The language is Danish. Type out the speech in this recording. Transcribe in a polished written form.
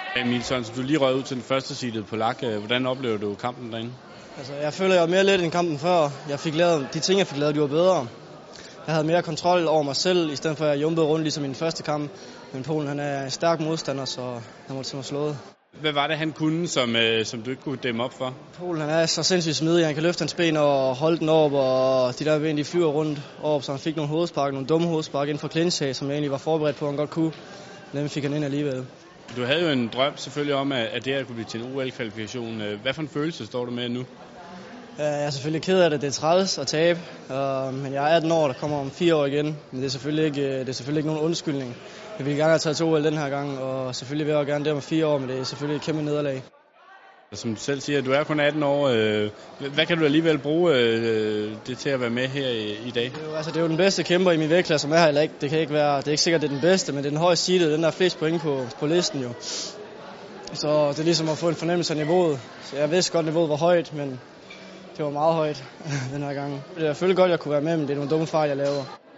Emil Sørensen, du lige røget ud til den første seedet på LAC. Hvordan oplever du kampen derinde? Altså, jeg føler, jeg var mere let end kampen før. Jeg fik lavet de ting, jeg fik lavet, de var bedre. Jeg havde mere kontrol over mig selv, i stedet for at jeg jumpede rundt ligesom i min første kamp. Men Polen, han er en stærk modstander, så han måtte simpelthen slået. Hvad var det, han kunne, som du ikke kunne dæmme op for? Polen, han er så sindssygt smidig. Han kan løfte hans ben og holde den op, og de der ben, de flyver rundt op, så han fik nogle hovedspark, nogle dumme hovedspark inden for clinch, som jeg egentlig var forberedt på, at han godt kunne. Men dem fik han ind alligevel. Du havde jo en drøm selvfølgelig om, at det her kunne blive til en OL-kvalifikation. Hvad for en følelse står du med nu? Jeg er selvfølgelig ked af det. Det er træls at tabe. Men jeg er 18 år, der kommer om 4 år igen. Men det er selvfølgelig ikke nogen undskyldning. Jeg vil gerne have taget til OL den her gang, og selvfølgelig vil jeg gerne det om 4 år, men det er selvfølgelig et kæmpe nederlag. Som du selv siger, du er kun 18 år. Hvad kan du alligevel bruge det til at være med her i dag? Det er jo den bedste kæmper i min vægtklasse, som er her eller ikke. Det er ikke sikkert, det er den bedste, men det er den højeste seedet. Den der er flest point på listen jo. Så det er ligesom at få en fornemmelse af niveauet. Så jeg vidste godt, niveauet var højt, men det var meget højt den her gang. Det er selvfølgelig godt, at jeg kunne være med, men det er nogle dumme fejl, jeg laver.